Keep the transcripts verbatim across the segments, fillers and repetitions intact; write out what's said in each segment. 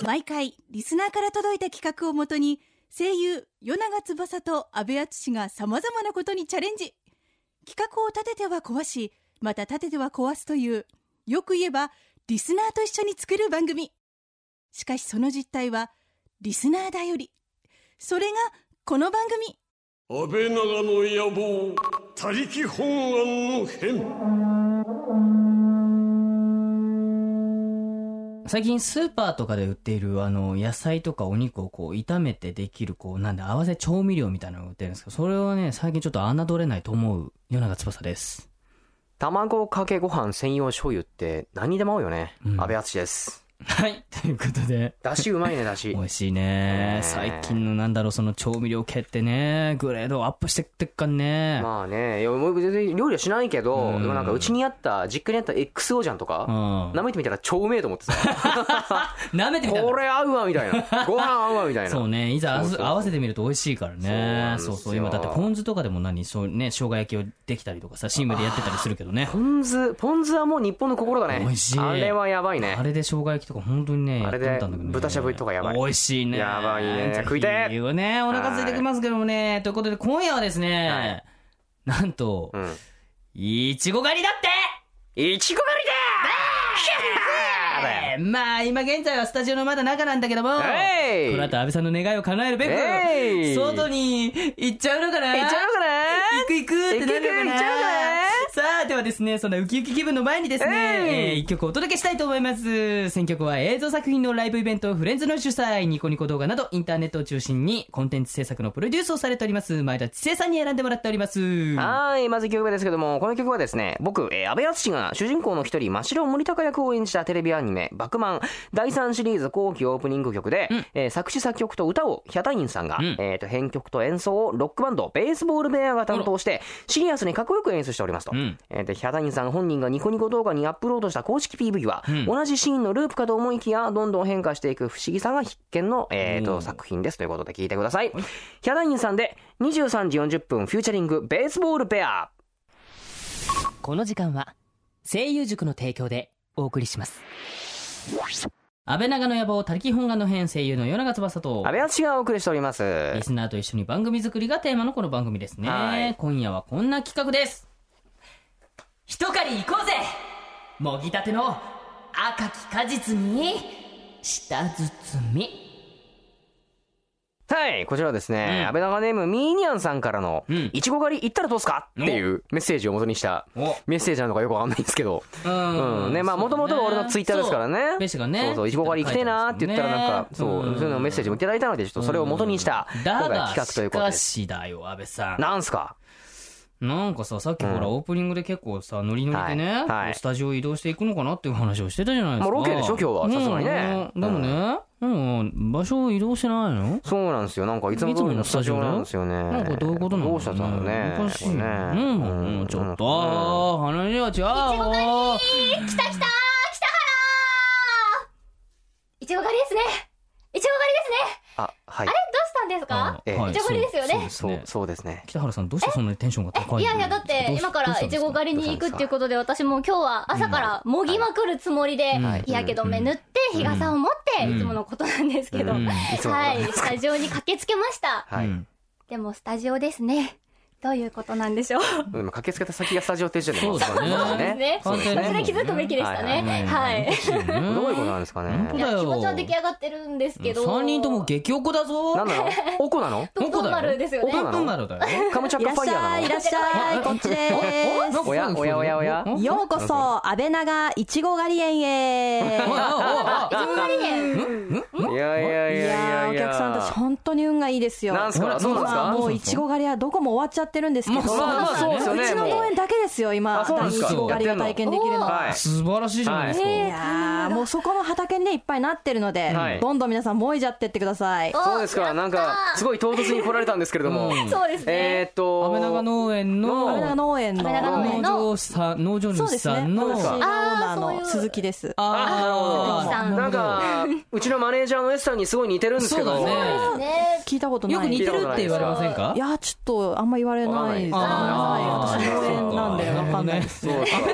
毎回リスナーから届いた企画をもとに声優与永翼と阿部淳がさまざまなことにチャレンジ。企画を立てては壊し、また立てては壊すという、よく言えばリスナーと一緒に作る番組。しかしその実態はリスナーだより。それがこの番組、 安倍長の野望他力本願の変。 最近スーパーとかで売っているあの野菜とかお肉をこう炒めてできるこうなんで合わせ調味料みたいなのが売ってるんですけど、それをね最近ちょっと侮れないと思う与永翼です。 卵かけご飯専用醤油って何にでも合うよね、うん、安倍敦です。 はいということで、 だしうまいね。だし美味しいね。最近のなんだろう、その調味料系ってねグレードアップしてってっかんね。 まあね、いや全然料理はしないけど、うん、でもなんかうちにあった実家にあった エックスオー じゃんとか、うん、舐めてみたら超うめえと思ってさ舐めてみたらこれ合うわみたいな、ご飯合うわみたいな。 そうね、いざ合わせてみると美味しいからね。そうそう、今だってポン酢とかでも何そうね、生姜焼きをできたりとかさ、シームでやってたりするけどね。 ポン酢ポン酢はもう日本の心だね。 美味しい。 あれはやばいね。 あれで生姜焼きとか本当にね、 あれで豚しゃぶとかやばい。 美味しいね。 やばいね。食いたいよね。お腹空いてきますけどもね。ということで今夜はですね、はい、なんと、うん、いちご狩りだって。 いちご狩りだーまあ今現在はスタジオのまだ中なんだけども、この後安倍さんの願いを叶えるべく外に行っちゃうのかな。 行っちゃうのかな。 行く行くってなるのかな。 行く行く行っちゃうのかな。 さあではですね、そんなウキウキ気分の前にですね、えー、一曲お届けしたいと思います。選曲は映像作品のライブイベントフレンズの主催、ニコニコ動画などインターネットを中心にコンテンツ制作のプロデュースをされております前田知世さんに選んでもらっております。 はい、まずいっきょくめですけども、この曲はですね、僕、えー、安倍敦が主人公の一人真城森高役を演じたテレビアニメバクマンだいさんシリーズ後期オープニング曲で、うん、えー、作詞作曲と歌をヒャダインさんが、うん、えー、と編曲と演奏をロックバンドベースボールベアが担当してシリアスにかっこよく演出しておりますと、うん、えー、でヒャダインさん本人がニコニコ動画にアップロードした公式 ピーブイ は、うん、同じシーンのループかと思いきやどんどん変化していく不思議さが必見の、えー、と作品ですということで聞いてください。ヒャダインさんでにじゅうさんじよんじゅっぷんフューチャリングベースボールベア。 この時間は声優塾の提供でお送りします。安倍長の野望他力本願の編、声優の与永翼と安倍敦がお送りしております。 リスナーと一緒に番組作りがテーマのこの番組ですね、はい、今夜はこんな企画です。一狩り行こうぜ、もぎたての赤き果実に舌包み。 はい、こちらはですね、うん、安倍長ネームミーニャンさんからの、うん、いちご狩り行ったらどうすかっていうメッセージを元にしたメッセージなのかよくわかんないんですけど、うん、うん、ね、まあ元々は俺のツイッターですからね。 ベシがね、 そうそう、いちご狩り行きてえなーって言ったらなんか、そう、そういうのメッセージもいただいたので、ちょっとそれを元にした今回企画ということで。 しかしだよ安倍さん。 なんすか。 なんかさ、さっきほら、うん、オープニングで結構さノリノリでね、はいはい、スタジオ移動していくのかなっていう話をしてたじゃないですか。 もうロケでしょ今日は、さすがにね。 でもね、うん、場所を移動してないの？ そうなんですよ。なんかいつも通りのスタジオなんですよね。 なんかどういうことなの？ どうしたんだろうね。 おかしいね。うん、うん、ちょっと、話は違うよ。いちご狩り来た来た来たはらー。いちご狩りですね。いちご狩りですね。 あ、はい。 あれどうしたんですか？ えー、 いちご狩りですよね。 そう、そうですね。 北原さんどうしてそんなにテンションが高い？ いやいや、だって今からいちご狩りに行くっていうことで、私も今日は朝からもぎまくるつもりで日焼け止め塗って日傘を持っていつものことなんですけど、はい、スタジオに駆けつけました。はい。でもスタジオですね。どういうことなんでしょう。 でも駆けつけた先がスタジオって言っちゃうね。 そうですね。それは気づくべきでしたね。はい。 どういうことなんですかね。 気持ちは出来上がってるんですけど。 さんにんとも激おこだぞ。 なんなの？おこなの？ おこ丸ですよね。 おこなの？カムチャッカファイヤーなの？ いらっしゃい、こっちでーす。 おやおやおやおや。 ようこそ安倍長いちご狩り園へ。いちご狩り園。 いやいやいやいや、 お客さんたち本当に運がいいですよ。 なんすか？そうなんですか？ もういちご狩りはどこも終わっちゃってるんですけど、 まあそうですよね。 うちの農園だけですよ今。いちご狩りが体験できるのは。 素晴らしいじゃないですか。 いやもうそこの畑にねいっぱいなってるので、どんどん皆さんもいじゃってってください。 そうですか。なんかすごい唐突に来られたんですけれども。 そうですね。 えっと安倍長農園の安倍長農園の農場さん農場主さんのオーナーの鈴木です。 ああ、なんかうちのマネージャーの S さんにすごい似てるんですけど。 聞いたことない。 よく似てるって言われませんか？ いやちょっとあんま言われないです。私農園なんでわかんないです。 安倍長農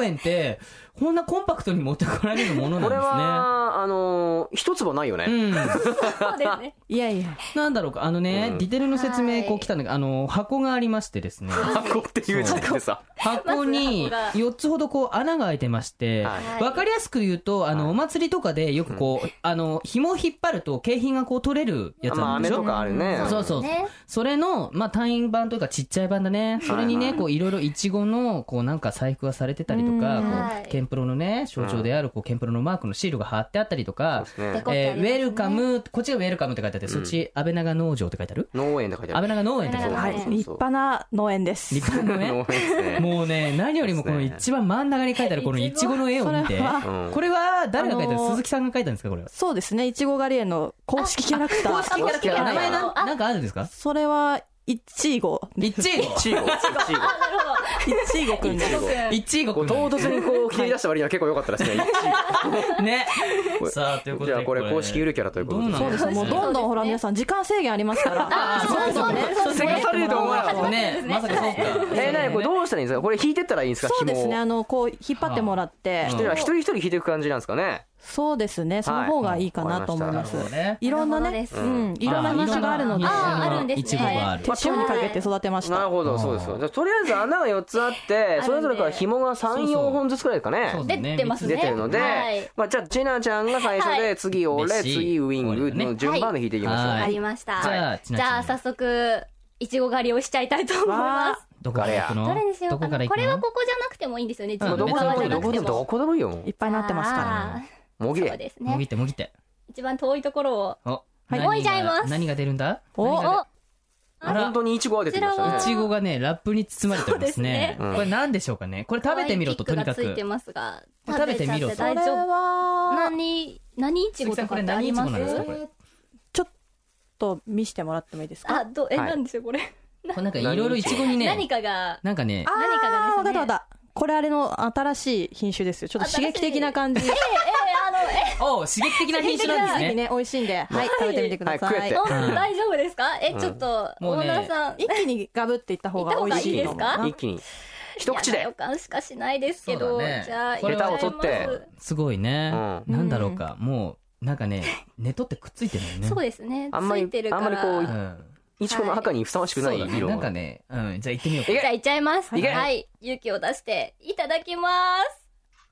園ってこんなコンパクトに持ってこられるものなんですね。 これはあのー、一坪ないよね、 うん、 そうですね。いやいや、 なんだろうか、あのね、うん、ディテールの説明こう来たんだけど、あの箱がありましてですね、 箱っていう時点でさ、 箱によっつほどこう穴が開いてまして、はい、分かりやすく言うと、あのお祭りとかでよくこう、うん、あの紐を引っ張ると景品がこう取れるやつなんでしょ。 まあ、飴とかあるね。 そうそう、ね、それのまあ単位版というかちっちゃい版だね。それにね、こういろいろいちごのこうなんか細工がされてたりとか、こうケンプロのね象徴であるこうケンプロのマークのシールが貼ってあったりとか、 ねえー、ウェルカム、こっちがウェルカムって書いてあって、うん、そっち安倍長農場って書いてある？ 農園って書いてある。 安倍長農園って書いてある。 はい、立派な農園です。 立派な農園。ですね、もうね、何よりもこの一番真ん中に書いてあるこのいちごの絵を見て、これは誰が描いたの？鈴木さんが描いたんですかこれは？ そうですね、いちご狩り園の公式キャラクター。 公式キャラクター。名前ななんかあるんですか？ それはいちご。 いちご。いちご。いちごくんです。 いちごくん。 唐突にこう切り出した割には結構良かったですね。 ね。さあということで、 じゃあこれ公式ゆるキャラということで。 そうですね。もうどんどんほら皆さん時間制限ありますから。 あ、そうですね。 せかされると思わなかったね。まさかそうか。 え、なにこれどうしたらいいんですか？これ引いてったらいいんですか？ そうですね。あのこう引っ張ってもらって、 一人一人一人引いていく感じなんですかね。 そうですね、その方がいいかなと思います。いろんなね、うん、いろんな品種があるので、 あるんですね。 手塩にかけて育てました。 なるほど、そうですよ。じゃあとりあえず穴がよっつあって、それぞれから紐がさん、よんほんずつくらいかね。 出てますね。 出てるので、まあじゃあチナちゃんが最初で、次俺、次ウィングの順番で引いていきましょう。 ありました。じゃあ早速いちご狩りをしちゃいたいと思います。 どこから行くの？ どれにしようかな。これはここじゃなくてもいいんですよね。 どこでもどこでもいいよ。 いっぱいなってますから。 もぎれ。 そうですね。 もぎってもぎって。一番遠いところをもぎちゃいます。 何が出るんだ？ おお。 本当にイチゴが出てきましたね。 イチゴがねラップに包まれてますね。これ何でしょうかね。これ食べてみろととにかく。 ついてますが。 食べてみろと。 大丈夫。何何イチゴとかってあります？ ちょっと見せてもらってもいいですか？ あ、どえなんですよこれ。 これなんかいろいろイチゴにね。 何かがなんかね。 何かがですね。 わかったわかった。これあれの新しい品種ですよ。ちょっと刺激的な感じ。えええあのえ。お刺激的な品種なんですね。 ね美味しいんで、はい食べてみてください。 大丈夫ですか？えちょっとオーナーさん一気にガブっていった方が美味しいですか？ 一気に一口で。 予感しかしないですけど、じゃあヘタを取ってすごいね。なんだろうかもうなんかね根取ってくっついてるよね。 そうですね。 あんまりあんまりこう。イチゴの赤にふさわしくない色、 なんかね、うん、じゃあ行ってみようか。 じゃあ行っちゃいます。はい、勇気を出していただきます。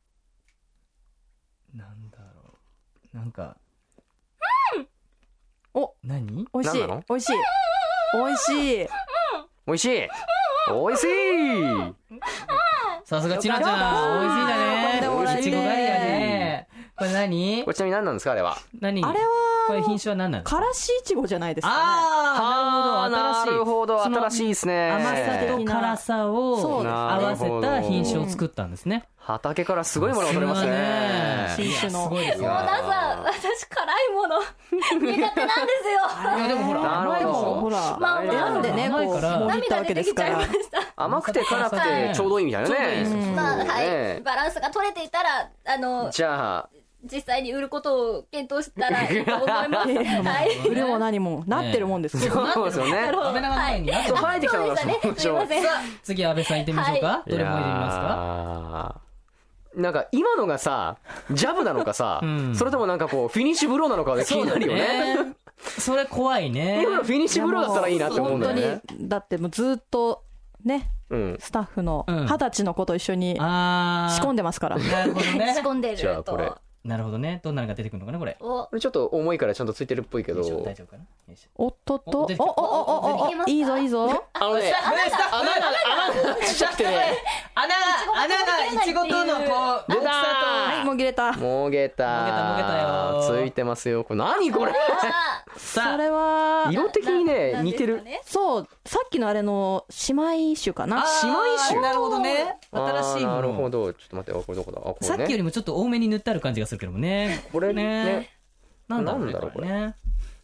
なんだろう、なんか、 うん、 お、何？ 美味しい、美味しい、美味しい、 美味しい、美味しい。 さすがちなちゃん、美味しいだね。いちご狩りだね。これ何？ これちなみに何なんですかあれは？ 何？ あれはこれ品種は何なんですか？ からしいちごじゃないですかね。 ああ、 なるほど、新しいですね。 甘さと辛さを合わせた品種を作ったんですね。 畑からすごいものが取れますね。 新種の。 オーナーさん、私辛いもの苦手なんですよ。 いやでもほら、 なるほど。 ほら、なんでね、こうもぎったわけですから。 甘くて辛くてちょうどいいみたいなね。 まあはい、バランスが取れていたらあのじゃあ。 実際に売ることを検討したらいいと思います。はい。 売るも何もなってるもんですよ。 そうですよね。 安倍長の前に生えてきたのがすみません。 次安倍さん行ってみましょうか。どれも入れますか。 なんか今のがさジャブなのかさ、それともなんかこうフィニッシュブローなのかで気になるよね。 それ怖いね。 今のフィニッシュブローだったらいいなって思うんだよね。 本当にだってもうずっとね、スタッフの二十歳の子と一緒に仕込んでますから。 なるほどね。 仕込んでると。 じゃあこれ。 なるほどね。どんなのが出てくるのかなこれ。 これちょっと重いからちゃんとついてるっぽいけど。 大丈夫かな。 おっとっと。おおおおおいいぞいいぞ。 あのね穴が穴がちっちゃくてね。 穴が穴がいちごとのこう大きさとはいもぎれた。 もげた。 もげたもげたよ。 ついてますよ。これ何これ。 それは色的にね似てる。 そうさっきのあれの姉妹種かな。 姉妹種。 なるほどね。新しいもの。 なるほど。ちょっと待ってこれどこだ。 さっきよりもちょっと多めに塗ってある感じがするけどもね。 これね。 なんだろうこれね。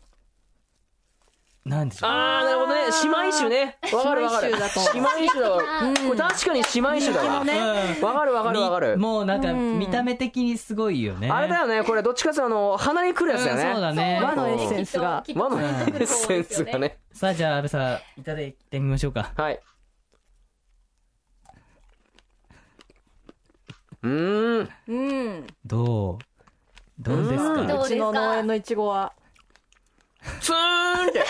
なんでしょう。 ああなるほどね。姉妹種ね。わかるわかる。姉妹種だわ。これ確かに姉妹種だわ。わかるわかるわかる。 もうなんか見た目的にすごいよね。 あれだよね。これどっちかっていうとあの鼻にくるやつだよね。 そうだね。 和のエッセンスが。 和のエッセンスがね。 さあじゃあ安倍さんいただいてみましょうか。 はい。 うーん。 うん。 どうどうですか？ うちの農園のいちごはツーンって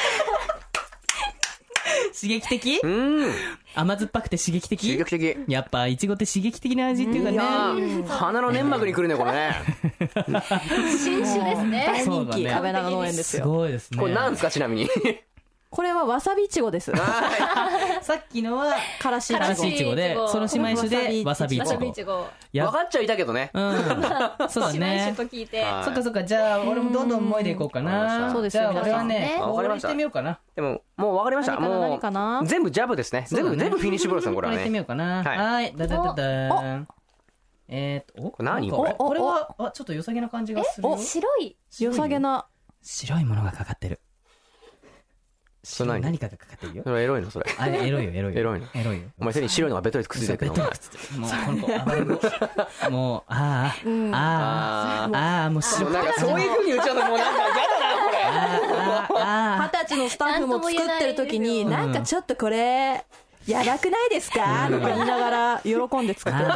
刺激的？ うん。 甘酸っぱくて刺激的？ 刺激的。 やっぱいちごって刺激的な味っていうかね。 いやー、鼻の粘膜にくるねこれね。 新種ですね。 大人気安倍長農園ですよ。 すごいですね。 これなんですかちなみに。 これはわさびいちごです。 さっきのはからしいちごで、その姉妹種でわさびいちご。 分かっちゃいたけどね。 うん。そうだね。 姉妹種と聞いて。 そっかそっか。じゃあ俺もどんどん思いでいこうかな。 そうですよ。 じゃあ俺はね、これしてみようかな。 でももう分かりました。もう全部ジャブですね。全部全部フィニッシュブロスのこれはね。 これしてみようかな。はい。だだだだ。えっと、お、 これ何？ これこれはあちょっと良さげな感じがするよ。 白い。 良さげな白いものがかかってる。 それ何？ 何かがかかってるよ。 それエロいのそれ。 あれエロいよエロいよ。 エロいの。 エロいよ。 お前手に白いのがベトリつくっついてるけど。 もうこの子暴れん坊。もうああああああもう白くなんかそういう風に言っちゃうのもうなんか嫌だなこれ。 二十歳のスタッフも作ってる時になんかちょっとこれやばくないですかとか言いながら喜んで作ってる。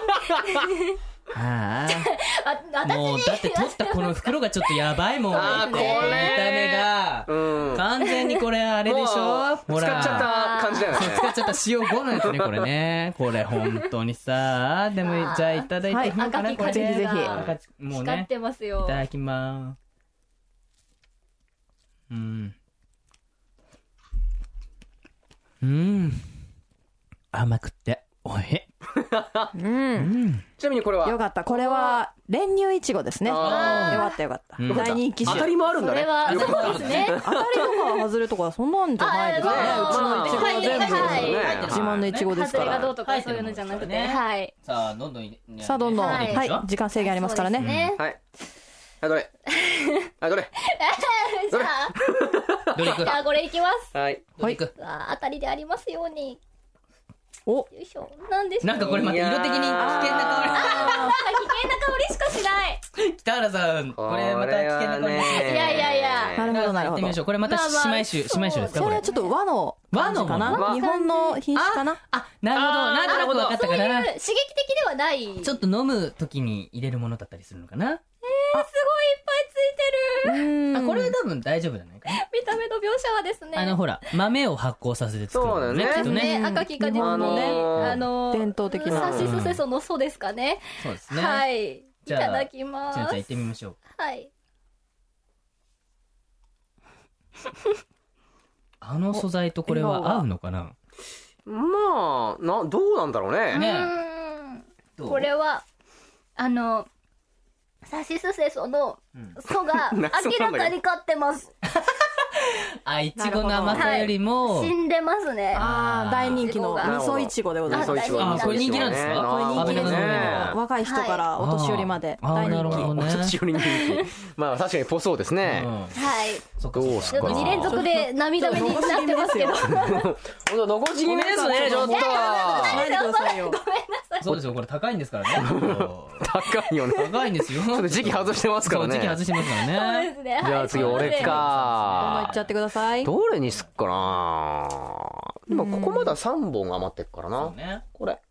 ああもうだって取ったこの袋がちょっとやばいもん。 あーこれ見た目が完全にこれあれでしょ。 使っちゃった感じだよね。 使っちゃった塩ごのやつねこれね。これ本当にさ。でもじゃあいただいてみようかなこれ。 ぜひぜひ。 もうね。 光ってますよ。 いただきます。うんうん甘くっておいしい。 うん。 ちなみにこれはよかった。これは練乳いちごですね。よかったよかった。大人気種。 当たりもあるんだね。 それはそうですね。 当たりとか外れとかそんなんじゃないですね。うちのいちごは全部自慢のいちごですから。 外れがどうとかそういうのじゃなくて、はい。 さあどんどんさあどんどんはい時間制限ありますからね。 はい。あどれ？あどれ？ じゃあどれいく？ じゃあこれいきます。 はい。 はい。 当たりでありますように。 お、 よいしょ。なんですなんかこれまた色的に危険な香り。 ああ、危険な香りしかしない。 北原さん、これまた危険な香り。 いやいやいや。 なるほどなるほど。 行ってみましょう。これまた姉妹種、姉妹種ですかこれ。 それはちょっと和の和のかな。日本の品種かな。 あ、なるほど。なんとなく分かったかな。 刺激的ではない。 ちょっと飲む時に入れるものだったりするのかな。 えー、すごいいっぱいついてる。 あ、これ多分大丈夫じゃないかな。 見た目の描写はですね。 あのほら豆を発酵させて作るのね。きっとね。 赤き果実のね、あの伝統的な。 サシスセソのソですかね。 そうですね。 はい。いただきます。 じゃあ行ってみましょう。 はい。 あの素材とこれは合うのかな。 まあなどうなんだろうね。 ね。 これはあの。サシスセソのソが明らかに勝ってます。 あ、いちごの甘さよりも死んでますね。 ああ、大人気の味噌いちごでございます。 あ、これ人気なんですか？ これ人気ですね。若い人からお年寄りまで大人気。 お年寄り人気。まあ確かにぽそうですね。 はい。 どうすか。 に連続で涙目になってますけど。 本当残し気味ですねちょっと。 ごめんなさい。 そうですよこれ高いんですからね。 高いよね。 高いんですよ。 ちょっと時期外してますからね。 時期外してますからね。 そうですね。 じゃあ次俺か。 どんどんいっちゃってください。 どれにすっかな。今ここまださんぼん余ってっからな。これ。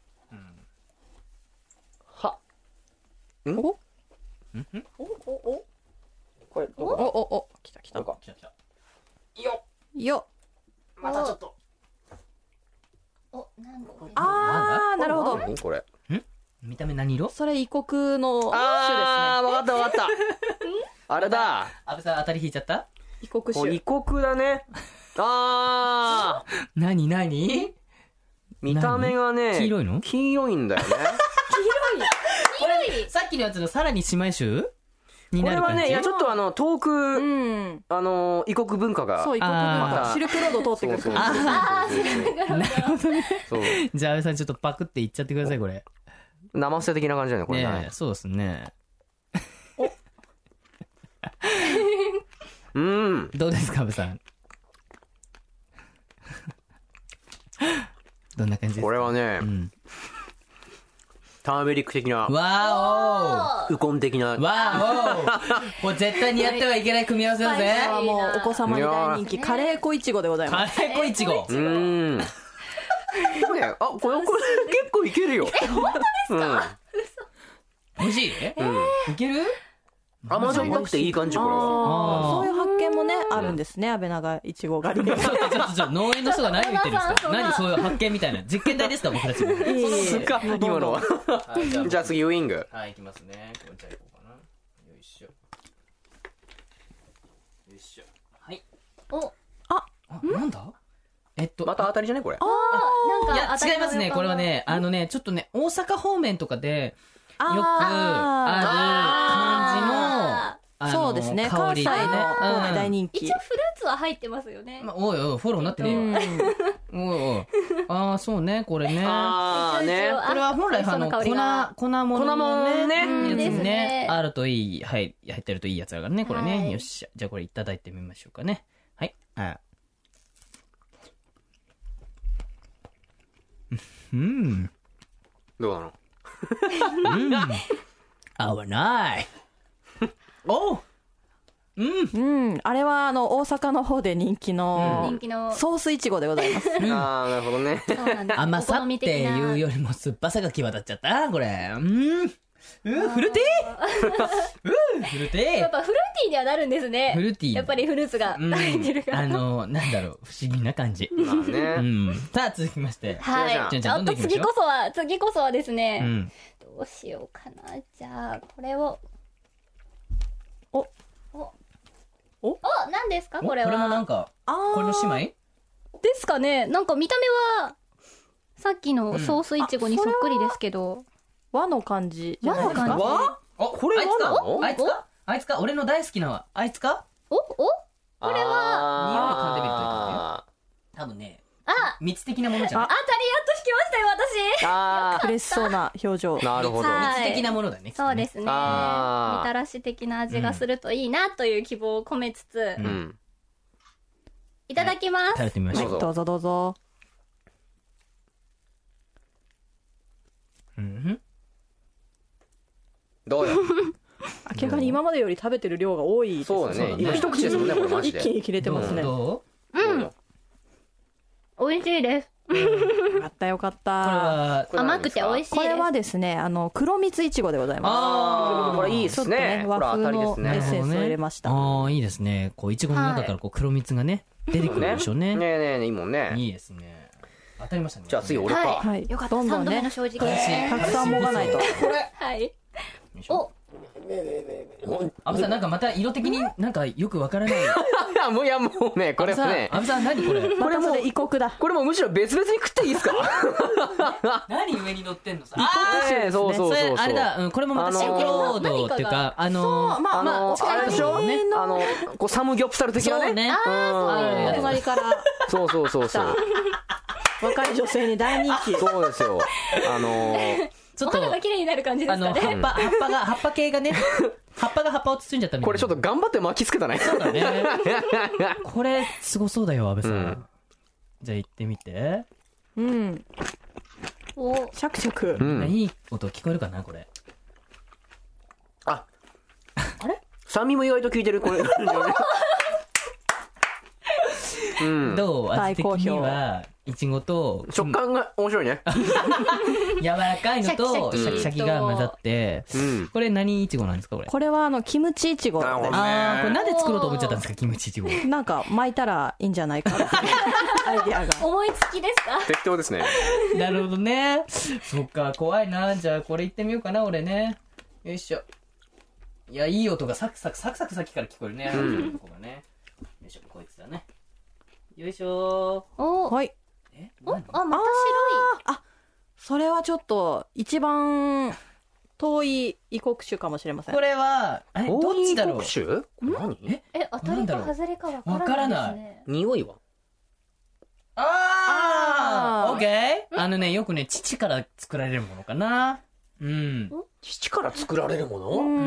は。ん？お？おお？これおおお来た来た。 よよ。 またちょっと。 お、なんこれ。 ああ、なるほど。 何これ？ 見た目何色？ それ異国の種ですね。 ああ、わかったわかった。あれだ。 安倍さん当たり引いちゃった？ 異国種。 異国だね。ああ。 何何？ 見た目がね、 黄色いの？ 黄色いんだよね。 黄色い。黄色い。 さっきのやつのさらに姉妹種？になる感じ。 これはね、いやちょっとあの遠く、 うん、 あの異国文化が、 そう異国文化、シルクロード通ってくる。 ああ、シルクロード。 なるほどね。 そう。 じゃあ安倍さんちょっとパクっていっちゃってくださいこれ。 生捨て的な感じだねこれね。 ね、そうですね。 うん。 どうですか安倍さん。どんな感じですか。 これはね、うん、ターメリック的な。 わお。ウコン的な。 わお。もう絶対にやってはいけない組み合わせだぜ。 これはもうお子様に大人気カレー粉いちごでございます。 カレー粉いちご。 うん。ね、あ、これこれ結構いけるよ。 え、本当ですか？ 美味しい？いける？ 甘じょっぱくていい感じこれは。 そういう発見もねあるんですね、安倍長いちご狩りで。 ちょっとちょっとちょっと農園の人が何言ってるんですか？何そういう発見みたいな実験台ですか僕たち。 いえいえすか今のは。じゃあ次ウイング。 はい、いきますね。これじゃあ行こうかな。よいしょ。よいしょ。はい。 お、 あ、なんだ？えっとまた当たりじゃないこれ。 なんいやか違いますね。これはね、あのね、ちょっとね、大阪方面とかでよくある感じの、 そうですね、 香りでね、 関西の大人気。 一応フルーツは入ってますよね。 まあ、おいおいフォローなってねえよ。おいおい。ああそうねこれね。 ああね。 これは本来あの粉粉もののねやつですねねあるといい、はい入ってるといいやつだからねこれね。よっしゃじゃあこれいただいてみましょうかね。はい。あ。うん。 どうなの？ うん。合わない。お。うん。 うん、あれはあの大阪の方で人気の人気のソースいちごでございます。 ああなるほどね。 甘さっていうよりも酸っぱさが際立っちゃったこれ。うん。うフルーティー。うんフルーティー。 やっぱフルーティーにはなるんですね。 フルーティー。 やっぱりフルーツが入ってるから。 あのなんだろう不思議な感じ。 まあね。 うん。さあ続きまして。 はい。ちょっと次こそは次こそはですね。どうしようかな。じゃあこれを。おおおお何ですかこれは。 これもなんかこれの姉妹ですかね。なんか見た目はさっきのソースいちごにそっくりですけど。 和の感じじゃないですか。 和の感じ。 わ？あこれ和なの？ あいつか？あいつか？俺の大好きなあいつか？ おおこれは匂いを嗅いでみるといいかね。多分ね。 あ蜜的なものじゃん。 当たりやっと引きましたよ私。 あ嬉しそうな表情。 なるほど。 蜜的なものだね。 そうですね。みたらし的な味がするといいなという希望を込めつつ、いただきます。 食べてみましょう。 どうぞどうぞ。 うん。 どうよ。 明らかに今までより食べてる量が多いです。 そうだね。今一口ですもんねこれマジで。 一気に切れてますね。 どう？うん。美味しいです。 よかったよかった。 甘くて美味しいです。 これはですね、あの黒蜜いちごでございます。 ああ、これいいですね。 和風のエッセンスを入れました。 ああいいですね。こういちごの中からこう黒蜜がね出てくるでしょうね。 ねえねえいいもんね。 いいですね。当たりましたね。 じゃあ次俺か。 はい。 よかった。どんどんね正直。 たくさんもがないと。 これはい。お。 阿部さんなんかまた色的になんかよくわからない。 もういやもうねこれね。 阿部さん何これ？ これも異国だ。 これもむしろ別々に食っていいですか？ 何上に乗ってんのさ。 ああそうそうそうそう。 あれだこれもまたシルクロードっていうかあのまあまああれでしょ？あのこうサムギョプサル的なね。 ああ隣から。 そうそうそうそう。 若い女性に大人気。 そうですよ。あのちょっとお肌が綺麗になる感じですかね。 葉っぱ葉っぱが葉っぱ系がね葉っぱが葉っぱを包んじゃったみたいな。 これちょっと頑張って巻きつけたね。 そうだね。これすごそうだよ阿部さん。じゃあ行ってみて。 うん。 おシャクシャク。 いい音聞こえるかなこれ。 ああれ？酸味も意外と効いてるこれ。 どう味的にはいちごと食感が面白いね。 柔らかいのとシャキシャキが混ざって、これ何いちごなんですかこれ？ これはあのキムチいちごです。 ああこれなんで作ろうと思っちゃったんですかキムチいちご？ なんか巻いたらいいんじゃないかなアイディアが。 思いつきですか？ 適当ですね。 なるほどね。そっか怖いな。じゃあこれいってみようかな俺ね。よいしょ。いやいい音がサクサクサクサクさっきから聞こえるね。うん、ここがね。よいしょこいつだね。よいしょー。 おはい。 えおあまた白い。 あそれはちょっと一番遠い異国種かもしれません。 これはえどっちだろう。 異国種？何？ え当たりか外れかわからないですね。 匂いは？ ああオッケー。あのねよくね乳から作られるものかな。うん。 乳から作られるもの？ うん。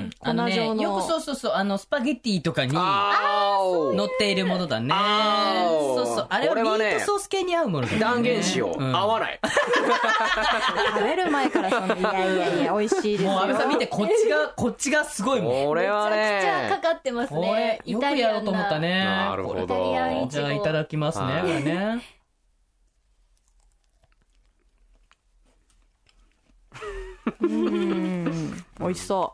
あのねよくそうそうそうあのスパゲッティとかに乗っているものだね。そうそうあれはミートソース系に合うものだね。 断言しよう。合わない。 食べる前からそのいやいやいや美味しいですよ。 もう阿部さん見てこっちがこっちがすごいもん。 これはね。 めちゃくちゃかかってますね。 よくやろうと思ったね。 なるほど。 じゃあいただきますねこれね。 うん美味しそ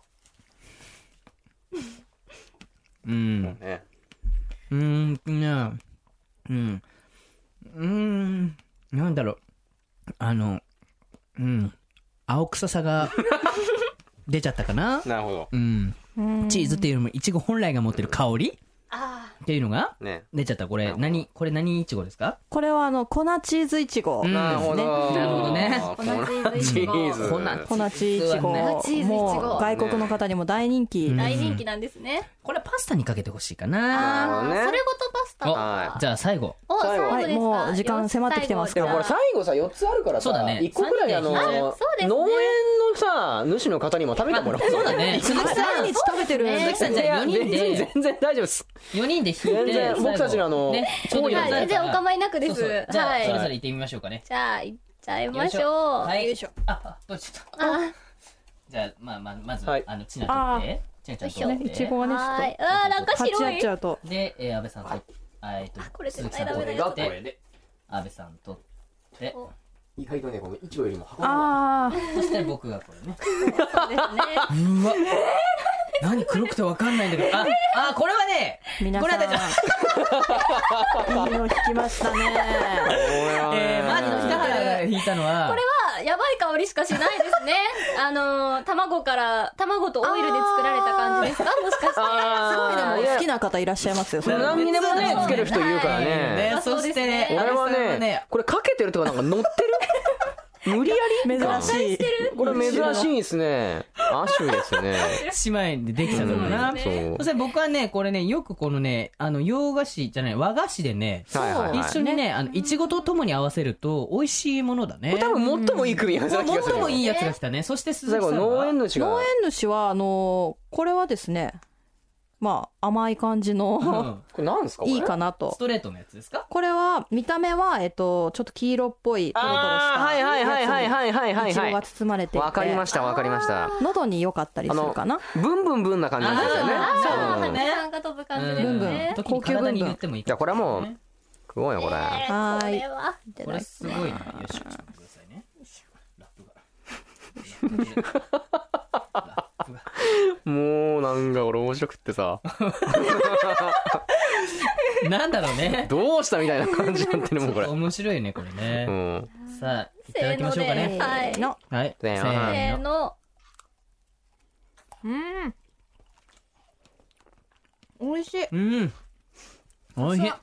うんねうーんねうんうーんなんだろうあのうん青臭さが出ちゃったかななるほどうんチーズっていうよりもいちご本来が持ってる香りっていうのがね出ちゃった。これ何これ何いちごですか？ う。これはあの粉チーズいちご、 うんなるほどなるほどね粉チーズ粉粉チーズいちご、 粉チーズいちごもう外国の方にも大人気、 大人気なんですね。 これはパスタにかけてほしいかなるな。 ほどねそれごとパスタおか。 じゃあ最後お、最後ですか。 はいもう時間迫ってきてますからでもこれ最後さよっつあるからさそうだねいっこくらいあのさんにんでそうですね農園のさ主の方にも食べてもらおうそうだね鈴木さん毎日食べてる、 鈴木さんじゃあよにんいや全然で全然大丈夫ですよにんで引いて全然僕たちのあのねちょうどよくはい、 なるから全然お構いなくです。 そうそうじゃあはいそれぞれ行ってみましょうかね。 じゃあ、行っちゃいましょう。 はいよいしょ。 ああどうしようあ、 じゃあまあまあまずはいあのちな取ってちなちゃん取ねっていちごはねちょはい。 っあー、なんかと鉢白い。 合っちゃうとでえー安倍さんとあえっとこれ絶鈴木さん対ダメだよ取ってこれで安倍さん取って意外とねこのいちごよりも箱がああそして僕がこれねそうですね。 うわ何黒くてわかんないんだけどああこれはね皆さんこれは大丈夫いいの引きましたねえーまず北原が引いたのはこれはやばい香りしかしないですね。あのー、卵から卵とオイルで作られた感じですか、もしかして。 すごいであも好きな方いらっしゃいますよそれ何にでもねつける人いるからねねそしてね俺は安倍さんはねこれかけてるとかなんか乗ってる無理やり珍しいこれ珍しいですねアシュですね姉妹でできちゃったのかな、 うんそうそして僕はねこれねよくこのねあの洋菓子じゃない和菓子でねはいはいはい一緒にねあのいちごとともに合わせると美味しいものだね。 多分最もいい組み合わせな気がする最もいいやつが来たね。そして鈴最後木さんは農園主が農園主はあのこれはですねまあ甘い感じの、 うんこれなんですかこれいいかなとストレートのやつですか？ これは見た目はえっとちょっと黄色っぽいトロトロしたあーはいはいはいはいはいはいはいいちごが包まれていてわかりましたわかりました喉に良かったりするかなブンブンブンな感じなんですよねあーそうあー、 だねなんか飛ぶ感じですブンブンね。 時に体に言ってもいいじゃあこれはもうね食おうよこれえーはーいこれは。 これすごいね。よしちょっと待ってくださいね。ラップがラップがもうなんか俺面白くってさなんだろうね。 どうしたみたいな感じになってるもんこれ面白いねこれうね。 んさあいただきましょうかね。 はいせーのはい。 せーのせせーの。 うん美味しいうん。おいしい。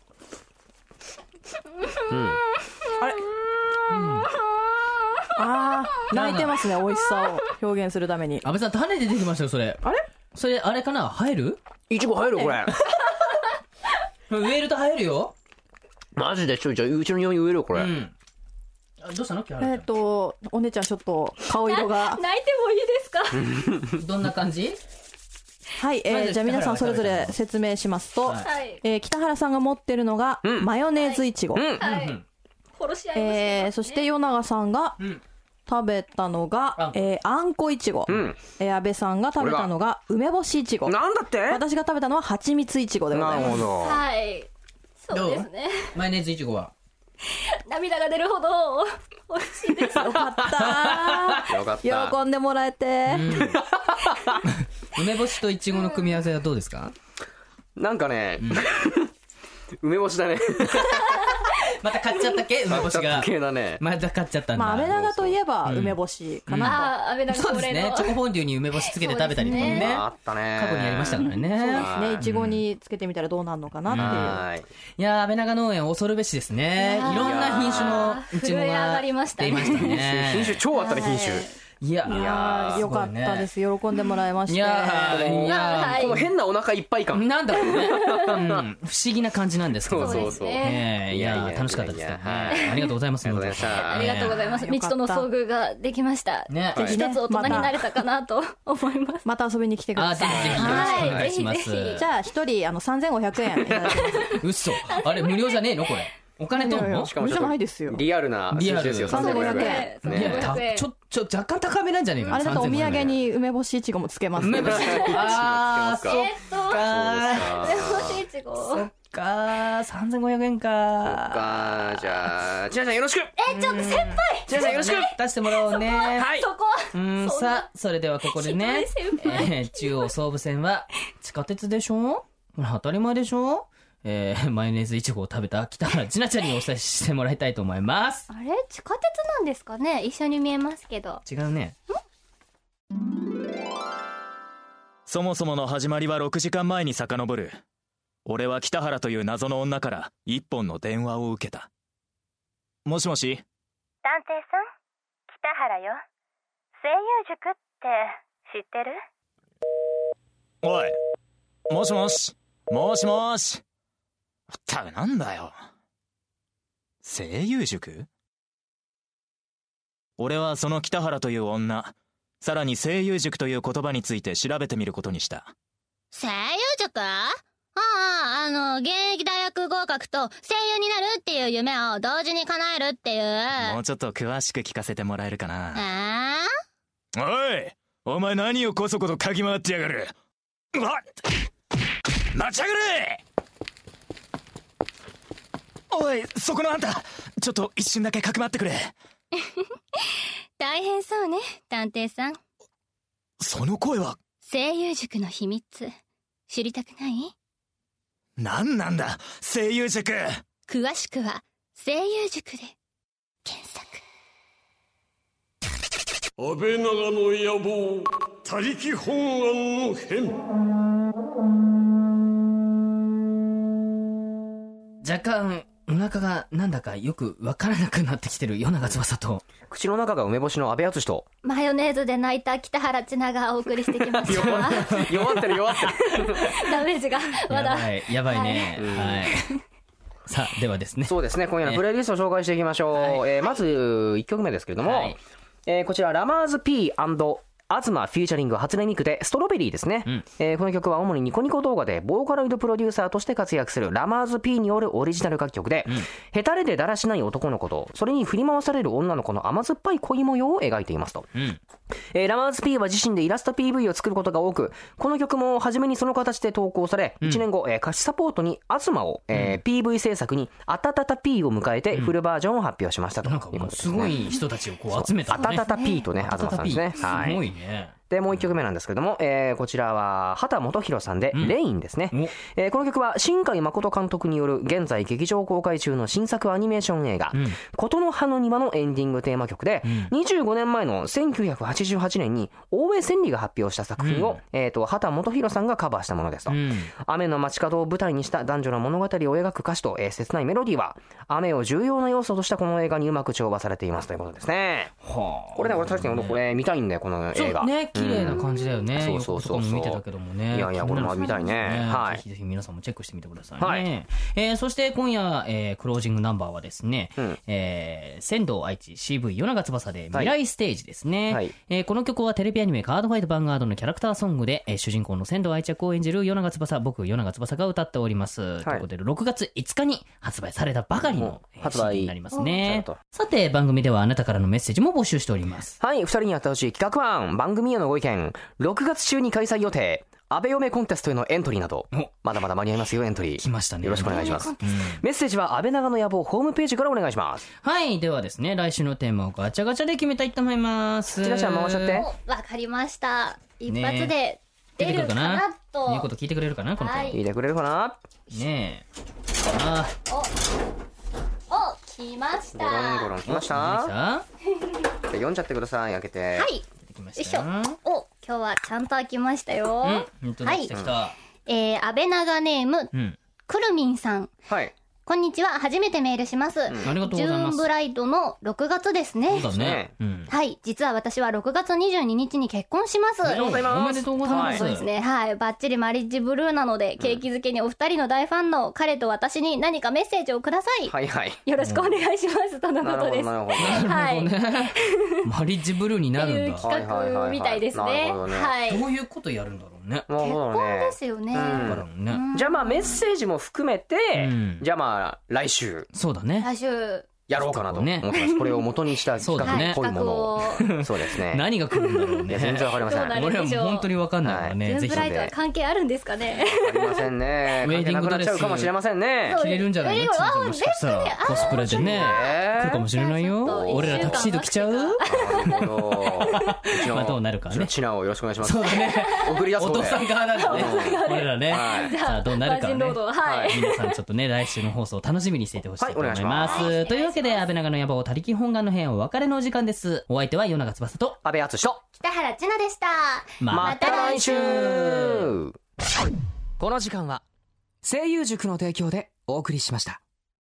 あー泣いてますね美味しさを表現するために安倍さん種出てきましたよそれ。 あれそれあれかな生える？ いちご入るこれ植えると生えるよ。 マジでちょいちょいうちの庭に植えるよこれうん。あどうしたの？木原ちゃんえっとお姉ちゃんちょっと顔色が泣いてもいいですか？ どんな感じ？ はい、えまずー、じゃあ皆さんそれぞれ北原が説明しますと、 はいはい。 えー北原さんが持ってるのが、 うんマヨネーズいちご、 うんはい。殺し合いをしてますねえー、そして与永さんがうん。 食べたのが、 あんこえー、あんこいちご、 うんえー、安倍さんが食べたのが梅干しいちご、 なんだって私が食べたのは蜂蜜いちごでござます。 ないるほどはい。そうですね。 マヨネーズいちごは涙が出るほど美味しいです。 よかったよかった喜んでもらえて、 梅干しといちごの組み合わせはどうですか？ なんかね梅干しだねまた買っちゃったっけ梅干しが。 系だねまた買っちゃったんだ。 まあ安倍長といえば梅干しかなと、 ああ、安倍長そうです恒例の。 ねチョコフォンデュに梅干しつけて食べたりとかもねあったね過去にやりましたからね。 ねいちごにつけてみたらどうなるのかなっていう、 はいいやー安倍長農園恐るべしですね。いろんな品種のいちご震え上ががりましたね出ましたね。 品種超あったね品種いやーいやあーよかったです喜んでもらえましていやーいやはいこの変なお腹いっぱいー感なんだろうね、うん不思議な感じなんですけど。 そうそうそうええいやいやいやいやいやー楽しかったですね。 はいありがとうございます。 ありがとうございましたありがとうございます。未知との遭遇ができました。 ねぜひ一つ大人になれたかなと思います。 また遊びに来てくあださいぜひぜひよろしくお願いします。 はいぜひぜひじゃあ一人あのさんぜんごひゃくえんいただきます嘘あれ無料じゃねえのこれ。お金取るの？ しかも無理じゃないですよリアルなリアル数字ですよさんぜんごひゃくえんねいやたちょちょ若干高めなんじゃねえかな。 あれだとお土さんぜんごひゃくえん産に梅干しいちごもつけます梅干しあーそっえっと、 か梅干しいちご。 そっかさんぜんごひゃくえんか。 かじゃあちなちゃんよろしくえ、ちょっと先輩ちなちゃんよろしく出してもらおうね。 はいそこうんさあそれではここでね、えー、中央総武線は地下鉄でしょ、当たり前でしょ、えー、マヨネーズいちごを食べた北原千奈ちゃんにお伝えしてもらいたいと思います。 あれ地下鉄なんですかね、一緒に見えますけど。 違うね。 そもそもの始まりはろくじかんまえに遡る。俺は北原という謎の女から一本の電話を受けた。もしもし、 探偵さん、北原よ。声優塾って知ってる？ おい、もしもし、もしもし。ったくなんだよ。声優塾？俺はその北原という女、さらに声優塾という言葉について調べてみることにした。 声優塾？ああ、あの、現役大学合格と声優になるっていう夢を同時に叶えるっていう。 もうちょっと詳しく聞かせてもらえるかな。 えー、 おい、お前何をこそこと嗅ぎ回ってやがる。わっ、待ちやがれ。おい、そこのあんた、ちょっと一瞬だけかくまってくれ。 大変そうね、探偵さん。 その声は声優塾の秘密知りたくない？ 何なんだ声優塾。 詳しくは声優塾で検索。 安倍長の野望、他力本願の変。 若干お腹がなんだかよくわからなくなってきてる与永翼と、 口の中が梅干しの阿部淳とマヨネーズで泣いた北原千奈がお送りしてきました。 弱ってる弱ってるダメージがまだやばいやばいね、はい、はい、さあではですね、 そうですね、今夜のプレイリストを紹介していきましょう、はい、えー、まずいっきょくめですけれども、はい、えー、こちらラマーズ P&東フューチャリング初音ミクでストロベリーですね、うん、えー、この曲は主にニコニコ動画でボーカロイドプロデューサーとして活躍するラマーズ P によるオリジナル楽曲で、うん、ヘタレでだらしない男の子とそれに振り回される女の子の甘酸っぱい恋模様を描いていますと、うん、えー、ラマーズ P は自身でイラスト ピーブイ を作ることが多く、この曲も初めにその形で投稿され、うん、いちねんご、えー、歌詞サポートに東を、えー、ピーブイ 制作にあたたた P を迎えてフルバージョンを発表しましたと、 うん、なんかもうすごい人たちをこう集めた、 ね、あたたた P とね、東さんですね、 はい、すごいね。 でもういっきょくめなんですけれども、えー、こちらは畑基博さんで、うん、レインですね、えー、この曲は新海誠監督による現在劇場公開中の新作アニメーション映画、うん、琴の葉の庭のエンディングテーマ曲で、うん、にじゅうごねんまえのせんきゅうひゃくはちじゅうはちねんに大江千里が発表した作品を、うん、えー、と畑基博さんがカバーしたものですと、うん、雨の街角を舞台にした男女の物語を描く歌詞と、えー、切ないメロディーは雨を重要な要素としたこの映画にうまく調和されていますということですね。はあ、これね、俺確かにこれ見たいんだよ、この映画。 ね、綺麗な感じだよね、うん、 そうそうそうそう、 見てたけどもね、 いやいや、これも見たいね、はい、 ぜひぜひ皆さんもチェックしてみてくださいね、 はい、 えー、そして今夜、えー、クロージングナンバーはですね、うん、えー、仙道愛知 シーブイ 与永翼で未来ステージですね、はい、えー、この曲はテレビアニメカードファイトヴァンガードのキャラクターソングで、えー、主人公の仙道愛知役を演じる与永翼、僕与永翼が歌っております、はい、ということでろくがついつかに発売されたばかりの、えー、 発売になりますね。さて番組ではあなたからのメッセージも募集しております。 はい、ふたりにやってほしい企画案、番組へのご意見、ろくがつ中に開催予定安倍嫁コンテストへのエントリーなど、まだまだ間に合いますよ、エントリー来ましたね、 よろしくお願いします、うん、メッセージは安倍長の野望ホームページからお願いします。 はい、ではですね、来週のテーマをガチャガチャで決めたいと思います。 ちらちゃん回しちゃって。 わかりました、一発で出るかなと、 言うこと聞いてくれるかな、この子、はい、 聞いてくれるかなねえ、あおお来ました、 ゴロンゴロン来ました。じゃあ読んじゃってください、開けて。 はい、よいしょ。お、今日はちゃんと開きましたよ。うん、 本当だ、来た来た。 えー、安倍長ネーム、うん、くるみんさん。 はい。 こんにちは、初めてメールします。うん、 ありがとうございます。 ジューンブライドのろくがつですね。 そうだね。うん、 はい、実は私はろくがつにじゅうににちに結婚します。 おめでとうございます。おめでとうございます。 そうですね。はい、バッチリマリッジブルーなので、景気づけにお二人の大ファンの彼と私に何かメッセージをください。 はいはい。 よろしくお願いします、とのことです。 なるほど、なるほど。 はい。マリッジブルーになるんだ。 っていう企画みたいですね。はい。 どういうことやるんだろうね。 結婚ですよね。 じゃあまあメッセージも含めて、じゃあまあ来週。 そうだね。 来週。 やろうかなと思ってます。これを元にした企画っぽいものを。そうですね。 何が来るんだろうね。 全然わかりません。 俺は本当にわかんないからね。 ジューンブライドは関係あるんですかね。 ありませんね。 ねウェディングドレス関係なくなっちゃうかもしれませんね。 着れるんじゃないの？ちんちゃんもしかしたらコスプレでね来るかもしれないよ。俺らタキシード着ちゃう？まあどうなるかね。 チナをよろしくお願いします。 そうだね。 送り出すお父さん側なんだね。俺らね。さあどうなるかね。皆さんちょっとね来週の放送を楽しみにしていてほしいと思います。というわけで安倍長の野望他力本願の編お別れのお時間です。お相手は与永翼と安倍敦と北原千奈でした。 また来週。 この時間は声優塾の提供でお送りしました。